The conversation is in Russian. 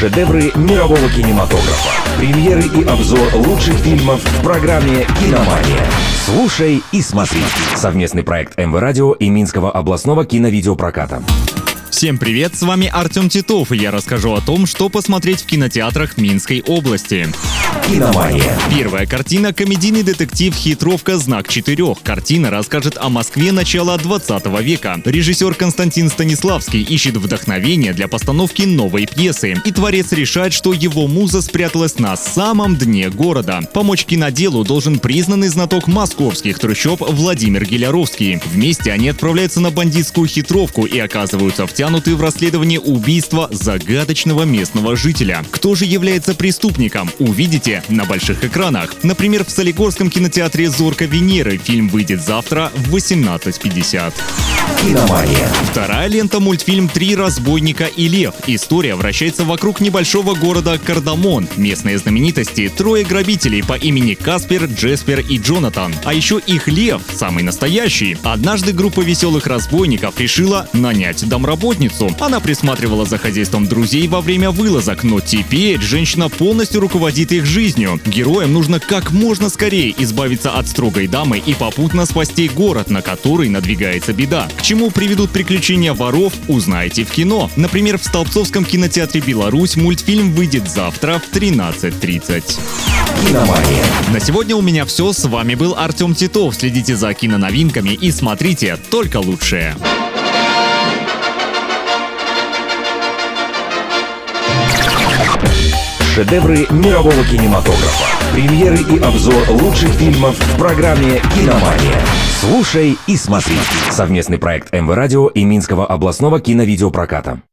Шедевры мирового кинематографа. Премьеры и обзор лучших фильмов в программе «Киномания». Слушай и смотри. Совместный проект МВ Радио и Минского областного киновидеопроката. Всем привет, с вами Артем Титов, и я расскажу о том, что посмотреть в кинотеатрах Минской области. «Киномания». Первая картина — комедийный детектив «Хитровка. Знак четырех». Картина расскажет о Москве начала 20 века. Режиссер Константин Станиславский ищет вдохновение для постановки новой пьесы, и творец решает, что его муза спряталась на самом дне города. Помочь киноделу должен признанный знаток московских трущоб Владимир Геляровский. Вместе они отправляются на бандитскую хитровку и оказываются втянуты в расследование убийства загадочного местного жителя. Кто же является преступником, увидите на больших экранах. Например, в Солигорском кинотеатре «Зорко Венеры» фильм выйдет завтра в 18:50. «Киномания». Вторая лента — мультфильм «Три разбойника и лев». История вращается вокруг небольшого города Кардамон. Местные знаменитости — трое грабителей по имени Каспер, Джеспер и Джонатан. А еще их лев, самый настоящий. Однажды группа веселых разбойников решила нанять домработницу. Она присматривала за хозяйством друзей во время вылазок, но теперь женщина полностью руководит их жизнью. Героям нужно как можно скорее избавиться от строгой дамы и попутно спасти город, на который надвигается беда. К чему приведут приключения воров, узнаете в кино. Например, в Столбцовском кинотеатре «Беларусь» мультфильм выйдет завтра в 13:30. «Киномания». На сегодня у меня все. С вами был Артем Титов. Следите за киноновинками и смотрите только лучшее. Шедевры мирового кинематографа. Премьеры и обзор лучших фильмов в программе «Киномания». Слушай и смотри. Совместный проект МВ Радио и Минского областного киновидеопроката.